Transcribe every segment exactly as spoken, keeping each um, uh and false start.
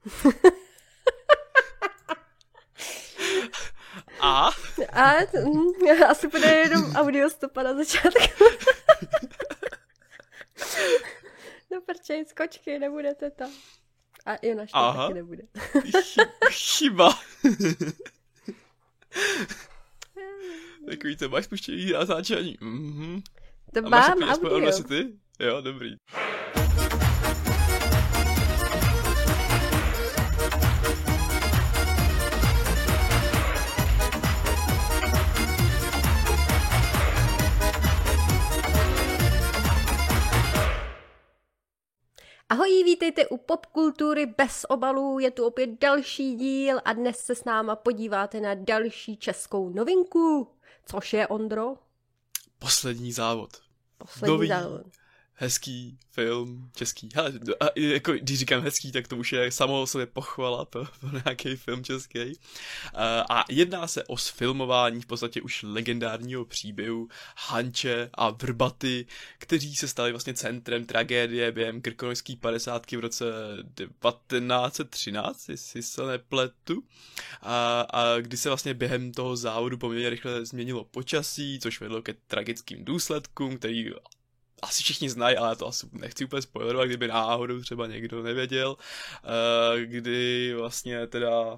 A? A hm, asi bude jenom audiostopa na začátku. No prčej, skočky, nebudete tam. A i naště taky nebude. Chyba. Takový to máš spuštěný natáčení. Mhm. To a mám audio. Máš ty? Jo, dobrý. Ahoj, vítejte u Popkultury bez obalů, je tu opět další díl a dnes se s náma podíváte na další českou novinku. Což je, Ondro? Poslední závod. Poslední Nový, závod. Hezký film, český. Hele, a jako, když říkám hezký, tak to už je samo o sobě pochvala pro, pro nějaký film český. A jedná se o sfilmování v podstatě už legendárního příběhu Hanče a Vrbaty, kteří se stali vlastně centrem tragédie během krkonošské padesátky v roce devatenáct set třináct, jestli se nepletu. A, a kdy se vlastně během toho závodu poměrně rychle změnilo počasí, což vedlo ke tragickým důsledkům, který asi všichni znají, ale to asi nechci úplně spoilerovat, kdyby náhodou třeba někdo nevěděl, kdy vlastně teda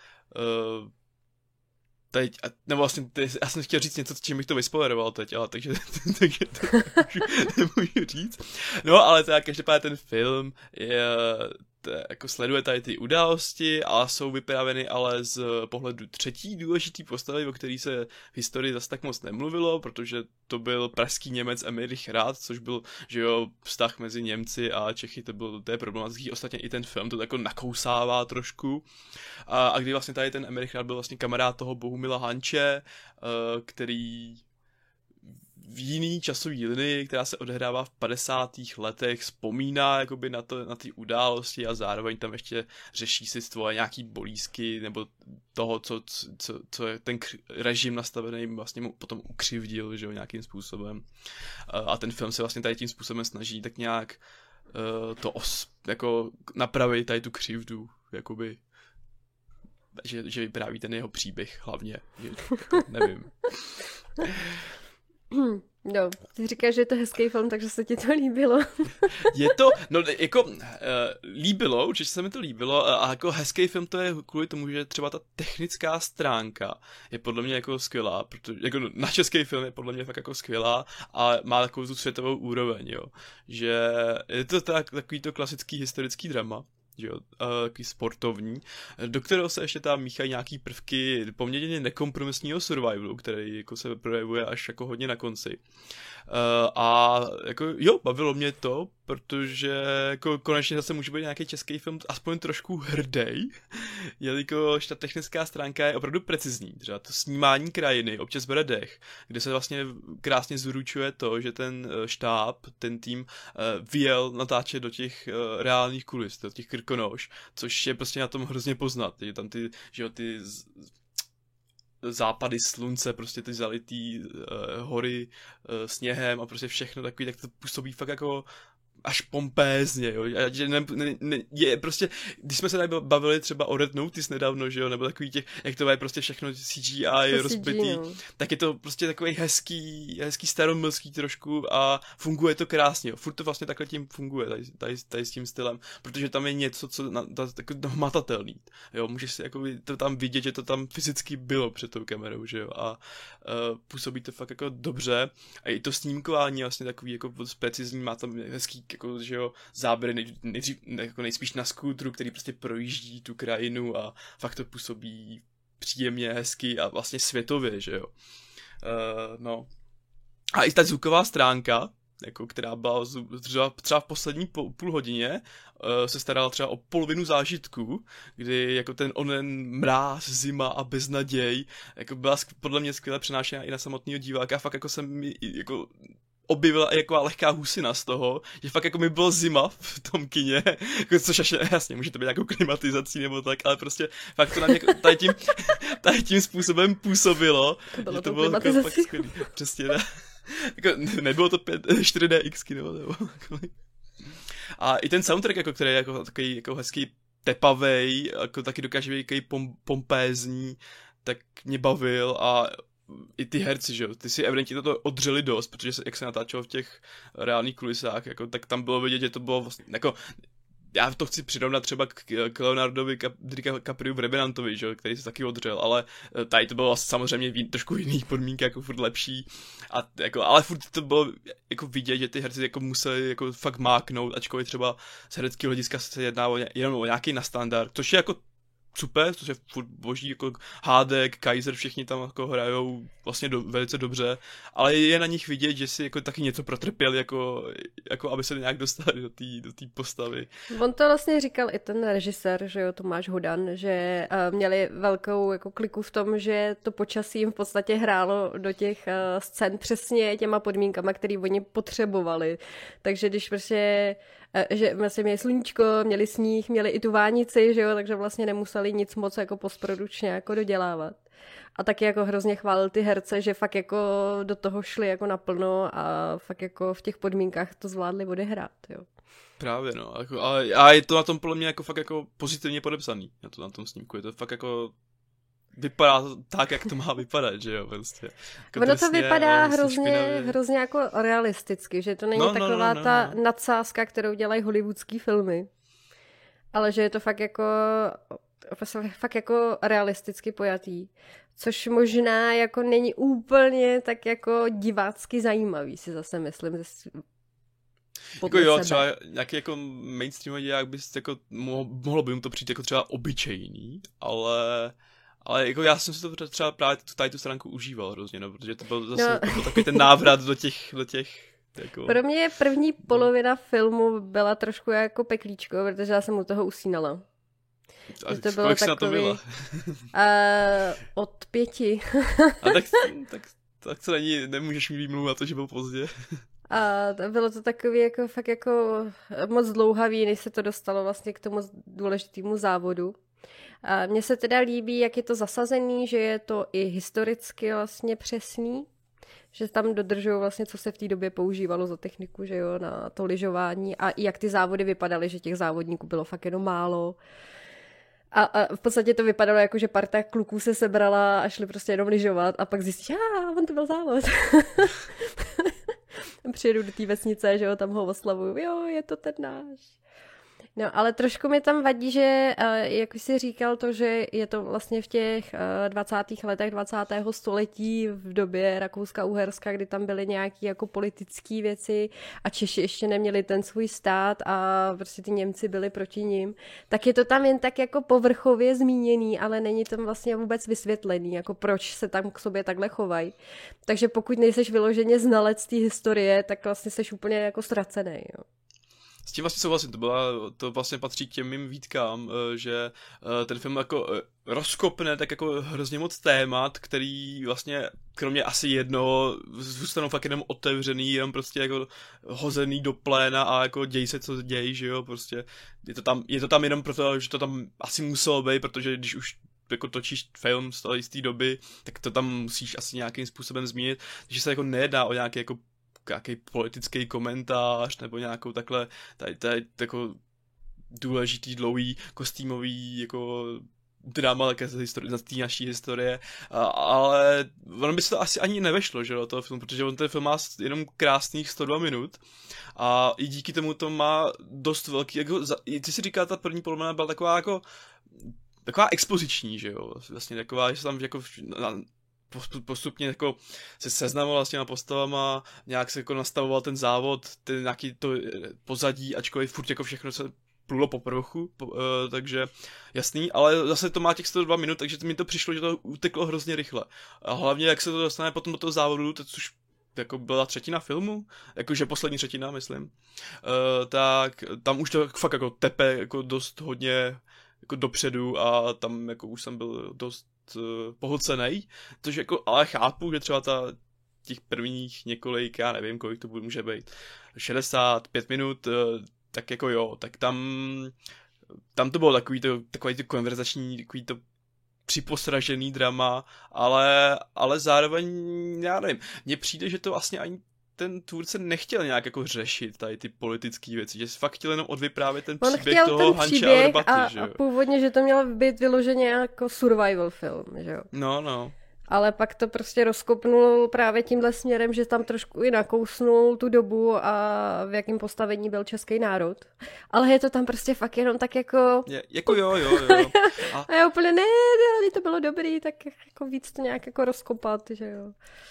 teď, nebo vlastně, já jsem chtěl říct něco, čím bych to vyspoileroval teď, ale takže, takže to nemůžu, nemůžu říct. No, ale teda každopádně ten film je, jako sleduje tady ty události a jsou vyprávěny ale z pohledu třetí důležitý postavy, o který se v historii zase tak moc nemluvilo, protože to byl pražský Němec Emil Rath, což byl, že jo, vztah mezi Němci a Čechy, to byl, to je problematický, ostatně i ten film to jako nakousává trošku. A, a kdy vlastně tady ten Emil Rath byl vlastně kamarád toho Bohumila Hanče, který v jiný časový linii, která se odehrává v padesátých letech, vzpomíná jakoby na, to, na ty události a zároveň tam ještě řeší si svoje nějaký bolízky nebo toho, co, co, co je ten režim nastavený vlastně mu potom ukřivdil, že jo, nějakým způsobem. A ten film se vlastně tady tím způsobem snaží tak nějak uh, to os, jako napravit tady tu křivdu, jakoby, že, že vypráví ten jeho příběh hlavně, že, jako, nevím. No, ty říkáš, že je to hezký film, takže se ti to líbilo. Je to, no jako uh, líbilo, určitě se mi to líbilo a jako hezký film to je kvůli tomu, že třeba ta technická stránka je podle mě jako skvělá, protože jako na český film je podle mě fakt jako skvělá a má takovou tu světovou úroveň, jo, že je to tak, takový to klasický historický drama, že jo, takový sportovní, do kterého se ještě tam míchají nějaký prvky poměrně nekompromisního survivalu, který jako se projevuje až jako hodně na konci. A jako jo, bavilo mě to, protože jako konečně zase může být nějaký český film aspoň trošku hrdej, jelikož ta technická stránka je opravdu precizní. Třeba to snímání krajiny občas bere dech, kde se vlastně krásně zručuje to, že ten štáb, ten tým vyjel natáčet do těch reálných kulis, do těch Krkonoš, což je prostě na tom hrozně poznat. Je tam ty, že jo, ty z... západy slunce, prostě ty zalitý uh, hory uh, sněhem a prostě všechno takový, tak to působí fakt jako až pompézně, jo, a že ne, ne, ne, je prostě, když jsme se tady bavili třeba o Red Notice nedávno, že jo, nebo takový těch, jak to je prostě všechno C G I to rozbitý, C G, no. Tak je to prostě takový hezký, hezký staromilský trošku a funguje to krásně, jo, furt to vlastně takhle tím funguje, tady, tady, tady s tím stylem, protože tam je něco, co na, na, takový hmatatelný, jo, můžeš si jako to tam vidět, že to tam fyzicky bylo před tou kamerou, že jo, a uh, působí to fakt jako dobře a i to snímkování vlastně takový jako precizní, má tam hezký jako, že jo, záběry nej, nejdřív, jako nejspíš na skútru, který prostě projíždí tu krajinu a fakt to působí příjemně, hezky a vlastně světově, že jo. Uh, no. A i ta zvuková stránka, jako, která byla třeba, třeba v poslední půl hodině, uh, se starala třeba o polovinu zážitků, kdy jako ten onen mráz, zima a beznaděj, jako byla podle mě skvěle přenášena i na samotného diváka, fakt jako jsem jako objevila i jako lehká husina z toho, že fakt jako mi bylo zima v tom kině, jako, což až jasně, může to být nějakou klimatizací nebo tak, ale prostě fakt to na mě tady tím, tady tím způsobem působilo, to že to bylo jako fakt skvělý. Přesně, ne, jako, nebylo to čtyři D X nebo, nebo a i ten soundtrack, jako, který je jako takový jako hezký tepavej, jako taky dokáže být jaký pom, pompézní, tak mě bavil a i ty herci, že jo, ty si evidentně toto odřeli dost, protože se, jak se natáčelo v těch reálných kulisách, jako, tak tam bylo vidět, že to bylo vlastně, jako, já to chci přirovnat třeba k, k Leonardovi Capriu v Revenantovi, že jo, který se taky odřel, ale tady to bylo samozřejmě v trošku jiných podmínkách, jako furt lepší, a, jako, ale furt to bylo jako vidět, že ty herci jako museli jako fakt máknout, ačkoliv třeba z hereckého hlediska se jedná o ně, jenom o nějaký nastandard, což je jako super, což je furt boží, jako Hádek, Kaiser, všichni tam jako hrajou vlastně do, velice dobře, ale je na nich vidět, že si jako taky něco protrpěli, jako, jako aby se nějak dostali do té do té postavy. On to vlastně říkal i ten režisér, že jo, Tomáš Hodan, že uh, měli velkou jako kliku v tom, že to počasí jim v podstatě hrálo do těch uh, scén přesně těma podmínkama, který oni potřebovali. Takže když prostě že vlastně měli sluníčko, měli sníh, měli i tu vánici, že jo, takže vlastně nemuseli nic moc jako postprodučně jako dodělávat. A taky jako hrozně chválil ty herce, že fakt jako do toho šli jako naplno a fakt jako v těch podmínkách to zvládli odehrát, jo. Právě, no. Jako, a, a je to na tom podle mě jako fakt jako pozitivně podepsaný, na, to, na tom snímku. Je to fakt jako vypadá tak, jak to má vypadat, že jo, prostě. Jako ono to vypadá hrozně, špinavě. hrozně jako realisticky, že to není no, taková no, no, no, ta no. nadsázka, kterou dělají hollywoodský filmy, ale že je to fakt jako fakt jako realisticky pojatý, což možná jako není úplně tak jako divácky zajímavý, si zase myslím. Jako jo, sebe. Třeba nějaký jako mainstreamový dělák bys jako mohlo by mu to přijít jako třeba obyčejný, ale ale jako já jsem si to třeba právě tady tu stránku užíval hrozně, no, protože to byl zase no. to byl takový ten návrat do těch, do těch jako... Pro mě první polovina filmu byla trošku jako peklíčko, protože já jsem u toho usínala. A to bylo kolik jsi na to byla? uh, od pěti. A tak, tak, tak to není, nemůžeš mi výmluvu na to, že byl pozdě. A bylo to takový jako fakt jako moc dlouhavý, než se to dostalo vlastně k tomu důležitému závodu. A mně se teda líbí, jak je to zasazený, že je to i historicky vlastně přesný, že tam dodržují vlastně, co se v té době používalo za techniku, že jo, na to lyžování a i jak ty závody vypadaly, že těch závodníků bylo fakt jenom málo. A, a v podstatě to vypadalo jako, že parta kluků se sebrala a šli prostě jenom lyžovat a pak zjistí, že on to byl závod. Přijedu do té vesnice, že jo, tam ho oslavuju, jo, je to ten náš. No, ale trošku mi tam vadí, že, jak jsi říkal to, že je to vlastně v těch dvacátých letech dvacátého století v době Rakouska-Uherska, kdy tam byly nějaké jako politické věci a Češi ještě neměli ten svůj stát a prostě ty Němci byli proti nim, tak je to tam jen tak jako povrchově zmíněný, ale není tam vlastně vůbec vysvětlený, jako proč se tam k sobě takhle chovají. Takže pokud nejseš vyloženě znalec té historie, tak vlastně seš úplně jako ztracený, jo. S tím vlastně souhlasím, to, byla, to vlastně patří k těm mým výtkám, že ten film jako rozkopne tak jako hrozně moc témat, který vlastně kromě asi jednoho zůstanou fakt jenom otevřený, jenom prostě jako hozený do pléna a jako děj se, co děj, že jo, prostě je to tam, je to tam jenom proto, že to tam asi muselo být, protože když už jako točíš film z té doby, tak to tam musíš asi nějakým způsobem zmínit, že se jako nejedná o nějaký jako nějaký politický komentář nebo nějakou takhle tady, tady jako důležitý, dlouhý, kostýmový jako drama také z historie, z té naší historie, a, ale ono by se to asi ani nevešlo, že do toho filmu, protože on ten film má jenom krásných sto dva minut a i díky tomu to má dost velký, jako, ty si říká, ta první polovina byla taková jako taková expoziční, že jo, vlastně taková, že se tam jako na, postupně jako se seznamoval s těma postavama, nějak se jako nastavoval ten závod, ten nějaký to pozadí, ačkoliv furt jako všechno se plulo po povrchu, po, uh, takže jasný, ale zase to má těch sto dva minut, takže mi to přišlo, že to uteklo hrozně rychle. A hlavně, jak se to dostane potom do toho závodu, to což jako byla třetina filmu, jakože poslední třetina, myslím, uh, tak tam už to fakt jako tepe jako dost hodně jako dopředu a tam jako už jsem byl dost pohlcenej, což jako, ale chápu, že třeba ta těch prvních několik, já nevím, kolik to může být, šedesát pět minut, tak jako jo, tak tam tam to bylo takový to, takový to konverzační, takový to připosražený drama, ale, ale zároveň, já nevím, mně přijde, že to vlastně ani ten tvůrce nechtěl nějak jako řešit tady ty politické věci, že fakt chtěl jenom odvyprávět ten On příběh toho ten Hanče příběh a Vrbaty, a, že jo. A původně, že to mělo být vyloženě jako survival film, že jo. No, no. Ale pak to prostě rozkopnul právě tímhle směrem, že tam trošku i nakousnul tu dobu a v jakém postavení byl český národ. Ale je to tam prostě fakt jenom tak jako... Je, jako jo, jo, jo. A, a já úplně, ne, ne, to bylo dobrý, tak jako víc to nějak jako rozkopat, že jo.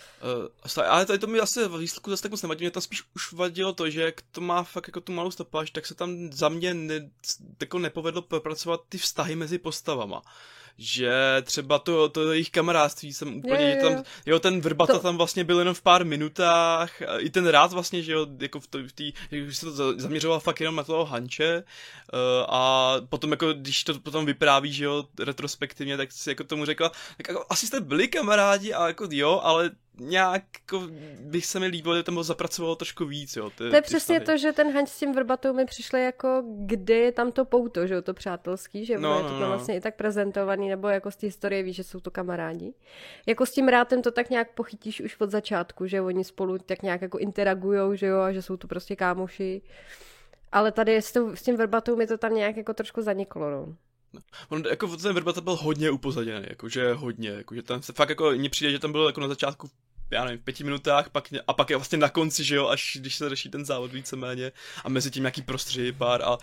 Uh, ale tady to mi asi v výsledku zase tak moc nevadí, mě tam spíš už vadilo to, že jak to má fakt jako tu malou stopáž, tak se tam za mě ne, jako nepovedlo propracovat ty vztahy mezi postavama. Že třeba to, to jejich kamarádství jsem úplně, je, je, že tam, jo, ten Vrbata to... tam vlastně byl jenom v pár minutách, i ten rád vlastně, že jo, jako v té, když se to zaměřoval fakt jenom na toho Hanče uh, a potom jako, když to potom vypráví, že jo, retrospektivně, tak si jako tomu řekla, tak jako, asi jste byli kamarádi a jako jo, ale nějak jako bych se mi líbilo, že tam bylo zapracovalo trošku víc, jo. Ty, to je přesně vztahy. To, že ten Hanč s tím Vrbatou mi přišli jako, kde je tam to pouto, že jo, to přátelský, že no, je to no, no. vlastně i tak prezentovaný, nebo jako z té historie víš, že jsou to kamarádi. Jako s tím Rátem to tak nějak pochytíš už od začátku, že oni spolu tak nějak jako interagujou, že jo, a že jsou to prostě kámoši. Ale tady s, tou, s tím Vrbatou mi to tam nějak jako trošku zaniklo, no. On jako ten Vrbata byl hodně upozaděný, jakože hodně, jakože tam se fakt jako, mně přijde, že tam bylo jako na začátku, já nevím, v pěti minutách, pak, a pak je vlastně na konci, že jo, až když se řeší ten závod víceméně a mezi tím nějaký prostředí pár a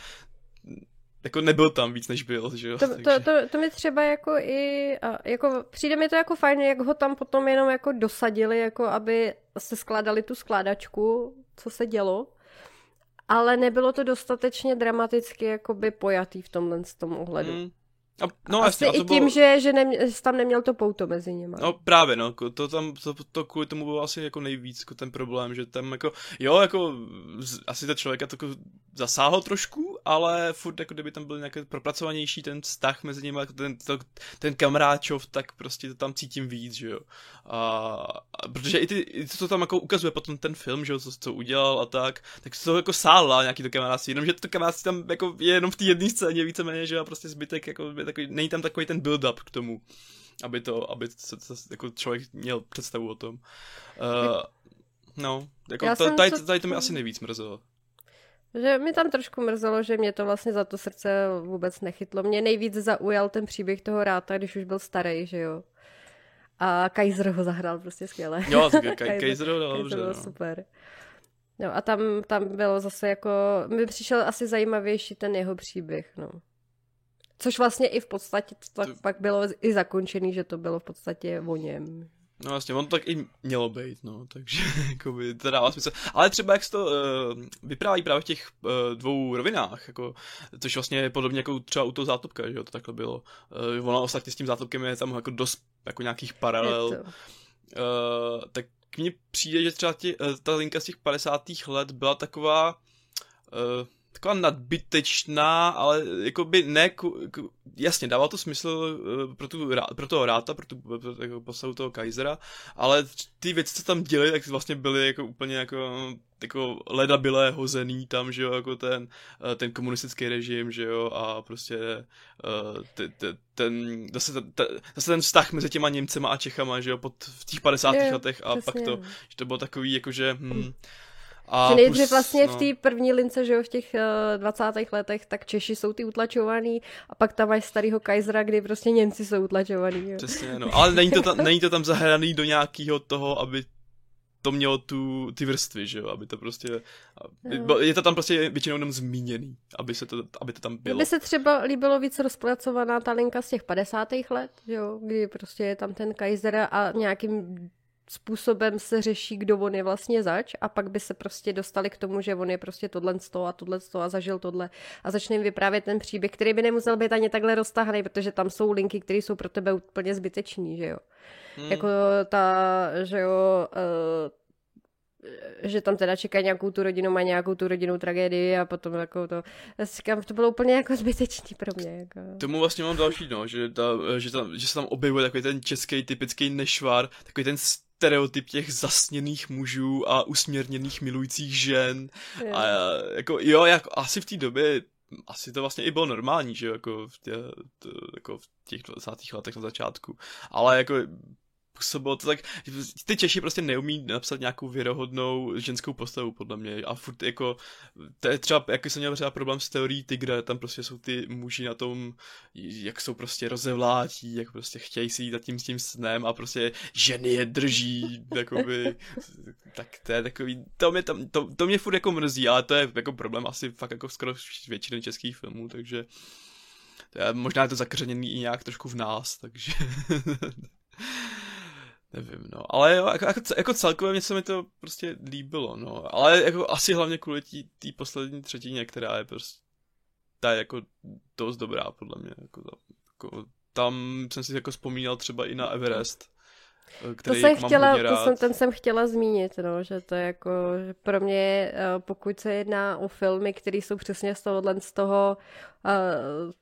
jako nebyl tam víc, než byl, že jo. To, takže... to, to, to mi třeba jako i, a jako přijde mi to jako fajn, jak ho tam potom jenom jako dosadili, jako aby se skládali tu skládačku, co se dělo. Ale nebylo to dostatečně dramaticky jakoby pojatý v tomhle z tom ohledu. Mm. A, no, asi jasně, i tím, bylo... že, že nemě, jsi tam neměl to pouto mezi nimi. No právě, no, to tam, to, to kvůli tomu bylo asi jako nejvíc jako ten problém, že tam jako, jo, jako asi ta člověka to jako zasáhl trošku, ale furt jako kdyby tam byl nějaký propracovanější ten vztah mezi nimi, jako ten, to, ten kamaráčov, tak prostě to tam cítím víc, že jo. A, a protože i ty, i to tam jako ukazuje potom ten film, že jo, co, co udělal a tak, tak se to jako sála nějaký to kamarádství, jenomže to kamarádství tam jako je jenom v té jedné scéně víceméně, že jo, a prostě zbytek jako takový, není tam takový ten build-up k tomu, aby to, aby se, se jako člověk měl představu o tom. Uh, no, jako to, tady, to, tady to mi asi nejvíc mrzelo. Že mi tam trošku mrzelo, že mě to vlastně za to srdce vůbec nechytlo. Mě nejvíc zaujal ten příběh toho Ráta, když už byl starý, že jo. A Kaiser ho zahrál prostě skvěle. Jo, Kaiser, Kaiser ho dal dobře, byl no. super. No a tam, tam bylo zase jako, mi přišel asi zajímavější ten jeho příběh, no. Což vlastně i v podstatě tak to... pak bylo i zakončený, že to bylo v podstatě o něm. No vlastně, on to tak i mělo být, no, takže jakoby to dává smysl. Ale třeba jak se to uh, vypráví právě v těch uh, dvou rovinách, jako, což vlastně je podobně jako třeba u toho Zátopka, že jo, to takhle bylo. Uh, ona ostatně s tím Zátopkem je tam jako dost jako nějakých paralel. Uh, tak mně přijde, že třeba tě, uh, ta linka z těch padesátých let byla taková... Uh, taková nadbytečná, ale jako by ne, jasně, dávalo to smysl pro, tu, pro toho Ráta, pro tu pro jako postavu toho Kaisera, ale ty věci, co tam děli, tak vlastně byly jako úplně jako, jako ledabilé hozený tam, že jo, jako ten, ten komunistický režim, že jo, a prostě ten, ten zase, ten, zase ten vztah mezi těma Němcema a Čechama, že jo, pod, v těch padesátých je, letech a přesně. Pak to, že to bylo takový, jakože... Hmm, A že nejdřív vlastně no. v té první lince, že jo, v těch uh, dvacátých letech, tak Češi jsou ty utlačovaný a pak tam máš starýho Kaisera, kdy prostě Němci jsou utlačovaný. Jo. Přesně, no. Ale není to, tam, není to tam zahraný do nějakého toho, aby to mělo tu, ty vrstvy, že jo, aby to prostě, no. Je to tam prostě většinou jenom zmíněný, aby, se to, aby to tam bylo. Mně by se třeba líbilo víc rozpracovaná ta linka z těch padesátých let, jo, kdy prostě je tam ten Kaiser a nějakým způsobem se řeší, kdo on je vlastně zač a pak by se prostě dostali k tomu, že on je prostě tohle a tohle a zažil tohle a začne jim vyprávět ten příběh, který by nemusel být ani takhle roztahaný, protože tam jsou linky, které jsou pro tebe úplně zbytečný, že jo. Hmm. Jako ta, že jo, uh, že tam teda čeká nějakou tu rodinu, má nějakou tu rodinnou tragédii a potom jako to, říkám, to bylo úplně jako zbytečný pro mě. Jako. Tomu vlastně mám další, no, že, ta, že, tam, že se tam objevuje takový ten český typický nešvar, takový ten stereotyp těch zasněných mužů a usměrněných milujících žen. Je. A jako, jo, jako asi v té době, asi to vlastně i bylo normální, že jo, jako v, tě, to, jako v těch dvacátých letech na začátku. Ale jako působilo to tak, ty Češi prostě neumí napsat nějakou věrohodnou ženskou postavu, podle mě, a furt jako, to je třeba, jaký jsem měl třeba problém s teorií Tygra, tam prostě jsou ty muži na tom, jak jsou prostě rozevlátí, jak prostě chtějí si jít za tím s tím snem a prostě ženy je drží, jakoby, tak to je takový, to mě, tam, to, to mě furt jako mrzí, ale to je jako problém asi fakt jako skoro většiny českých filmů, takže to je, možná je to zakořeněný i nějak trošku v nás, takže nevím, no, ale jo, jako, jako, jako celkově mě se mi to prostě líbilo, no, ale jako asi hlavně kvůli té poslední třetině, která je prostě, ta je jako dost dobrá, podle mě, jako, jako tam jsem si jako vzpomínal třeba i na Everest, který to jsem mám chtěla, hodně rád. To jsem, ten jsem chtěla zmínit, no, že to je jako, že pro mě, pokud se jedná o filmy, které jsou přesně z tohohle, z toho, uh,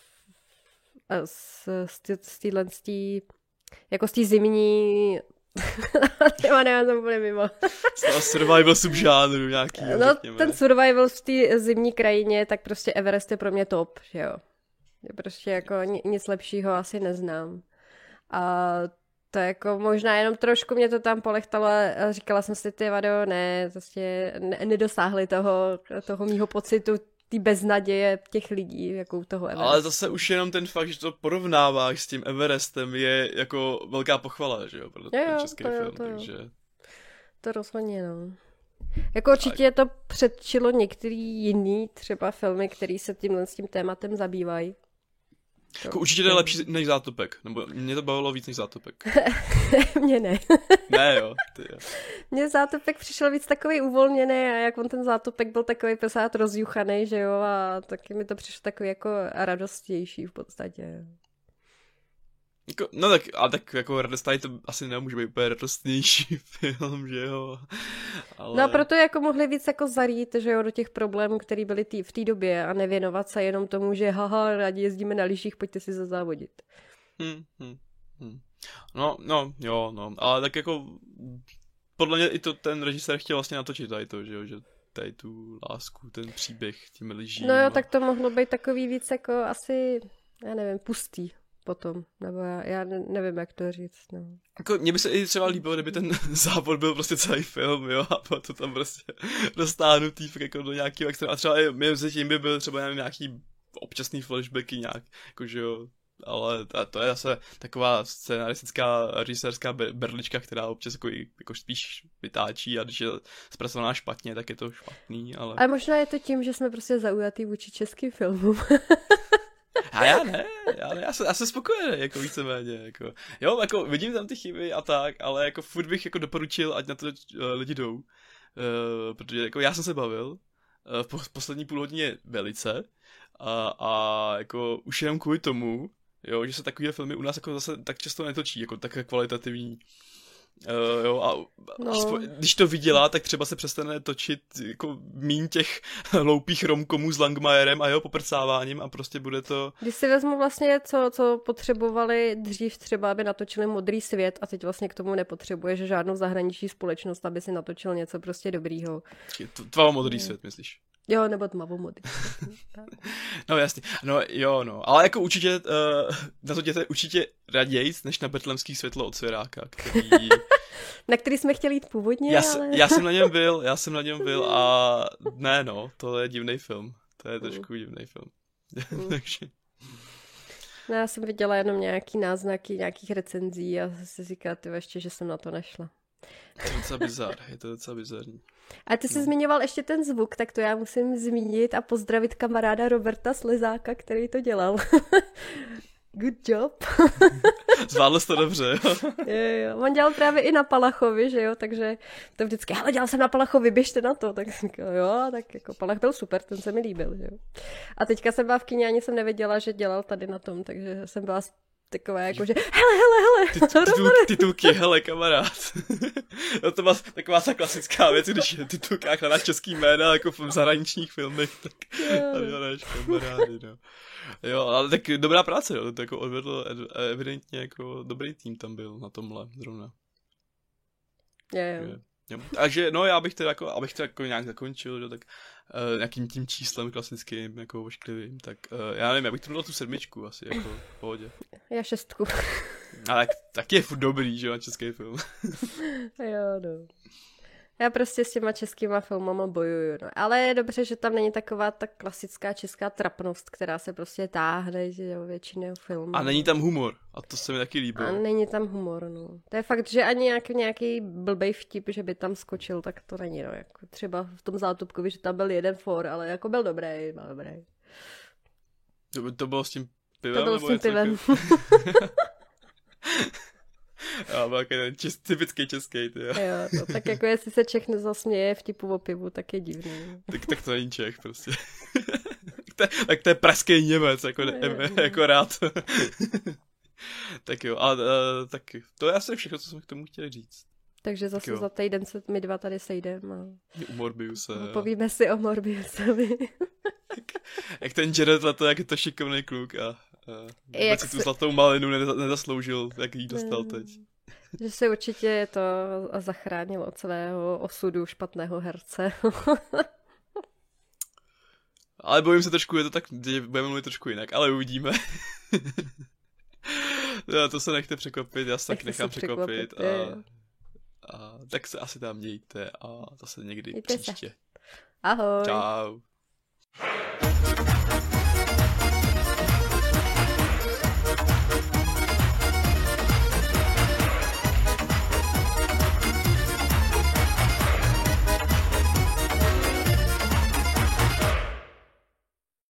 z, z téhle, jako z té zimní, těma nevím, to bude mimo. Z toho survival subžánru nějaký, no, řekněme. Ten survival v té zimní krajině, tak prostě Everest je pro mě top, že jo. Je prostě jako nic lepšího asi neznám. A to jako možná jenom trošku mě to tam polechtalo, říkala jsem si, ty vado, ne, prostě ne, nedosáhli toho, toho mýho pocitu, ty beznaděje těch lidí, jako u toho Everestu. Ale zase už jenom ten fakt, že to porovnáváš s tím Everestem, je jako velká pochvala, že jo, pro ten jo, český to film, jo, to takže... Jo. To rozhodně, no. Jako určitě je to předčilo některý jiný třeba filmy, který se tímhle s tím tématem zabývají. Jako určitě to je lepší než Zátopek, nebo mě to bavilo víc než Zátopek. Mně ne. Ne jo, ty jo. Mně Zátopek přišel víc takový uvolněný a jak on ten Zátopek byl takový pesát rozjuchaný, že jo, a taky mi to přišlo takový jako radostnější v podstatě. Jako, no tak, ale tak jako Radostaj to asi nemůže být úplně radostnější film, že jo. Ale... No proto jako mohli víc jako zarít, že jo, do těch problémů, které byly tý, v té době a nevěnovat se jenom tomu, že haha, rádi jezdíme na lyžích, pojďte si zazávodit. Hmm, hmm, hmm. No, no, jo, no, ale tak jako podle mě i to ten režisér chtěl vlastně natočit tady to, že jo, že tady tu lásku, ten příběh tím lyžím. No jo, a... tak to mohlo být takový víc jako asi, já nevím, pustý potom, nebo já, já nevím, jak to říct, no. Jako, mně by se i třeba líbilo, kdyby ten závod byl prostě celý film, jo, a bylo to tam prostě dostánutý jako do nějakého extrému, a třeba i mezi tím by byl třeba nevím, nějaký občasný flashbacky nějak, jakože jo, ale to, to je zase taková scenaristická režisérská berlička, která občas jako, jako spíš vytáčí a když je zpracovaná špatně, tak je to špatný, ale... Ale možná je to tím, že jsme prostě zaujatý vůči českým filmům. A já ne, já ne, já jsem, já jsem spokojený, jako víceméně, jako, jo, jako vidím tam ty chyby a tak, ale jako furt bych jako doporučil, ať na to uh, lidi jdou, uh, protože jako já jsem se bavil, uh, po, poslední půl hodině velice a, a jako už jenom kvůli tomu, jo, že se takové filmy u nás jako zase tak často netočí, jako tak kvalitativní. Uh, jo, a no. aspoň, když to vydělá, tak třeba se přestane točit jako míň těch hloupých romkomů s Langmajerem a jeho poprcáváním a prostě bude to... Když si vezmu vlastně, co, co potřebovali dřív třeba, aby natočili Modrý svět a teď vlastně k tomu nepotřebuješ žádnou zahraniční společnost, aby si natočil něco prostě dobrýho. Tvavo Modrý svět, myslíš? Jo, nebo Tmavomodrý. No jasně, no jo, no, ale jako určitě, uh, na to děte určitě radějc, než na Betlemský světlo od Svěráka, který... Na který jsme chtěli jít původně, já, ale... já jsem na něm byl, já jsem na něm byl a ne no, to je divný film, to je trošku divný film, Mm. takže... No, já jsem viděla jenom nějaký náznaky, nějakých recenzí a si říkala, ty ještě, že jsem na to nešla. Je to docela bizar, je to docela bizarní. A ty jsi No. zmiňoval ještě ten zvuk, tak to já musím zmínit a pozdravit kamaráda Roberta Slezáka, který to dělal. Good job. Zvládl jsi to dobře, jo? Jo, jo. On dělal právě i na Palachovi, že jo, takže to vždycky, hele, dělal jsem na Palachovi, běžte na to. Tak jsem říkala, jo, tak jako Palach byl super, ten se mi líbil, že jo. A teďka jsem byla v kyně, ani jsem nevěděla, že dělal tady na tom, takže jsem byla taková jako, že hele, hele, hele. Ty, titul, titulky, hele, kamarád. No to byla taková ta klasická věc, když je titulkách hledáš český jména, jako v zahraničních filmech, tak hledáš kamarády, no. Jo, ale tak dobrá práce, jo, to jako odvedl evidentně jako dobrý tým tam byl na tomhle zrovna. Jo, jo. Jo. Takže no já bych to jako, abych to jako nějak zakončil, jo, tak uh, nějakým tím číslem klasickým, jako ošklivým, tak uh, já nevím, já bych to dal tu sedmičku asi, jako v pohodě. Já šestku. Ale tak, taky je furt dobrý, že jo, český film. Jo, no. Já prostě s těma českýma filmama bojuju, no. Ale je dobře, že tam není taková ta klasická česká trapnost, která se prostě táhne, že jo, většinou filmů. A není tam humor, a to se mi taky líbilo. A není tam humor, no. To je fakt, že ani nějaký, nějaký blbej vtip, že by tam skočil, tak to není, no. Jako třeba v tom Zátopkovi, že tam byl jeden for, ale jako byl dobrý, byl dobrý. To, to bylo s tím pivem? To bylo s tím pivem. Já byl ten čes, typický český, ty jo. Jo, no, tak jako jestli se Čech nezasměje vtipu o pivu, tak je divný. tak, tak to není Čech prostě. tak, to, tak to je pražský Němec, jako, ne, ne, jako rád. tak jo, a uh, tak to je asi všechno, co jsem k tomu chtěl říct. Takže zase tak za týden se my dva tady sejdeme. A... U Morbiuse. Povíme si o Morbiusovi. jak, jak ten Jared Leto, jak je to šikovný kluk a uh, vůbec si tu se... zlatou malinu nezasloužil, jak jí dostal teď. Že se určitě to zachránil od svého osudu špatného herce. Ale bojím se trošku, je to tak, budeme mluvit trošku jinak, ale uvidíme. no, to se nechte překvapit, já se tak nechám překvapit. překvapit a, a tak se asi tam mějte a zase někdy Mějte příště. Se. Ahoj. Čau.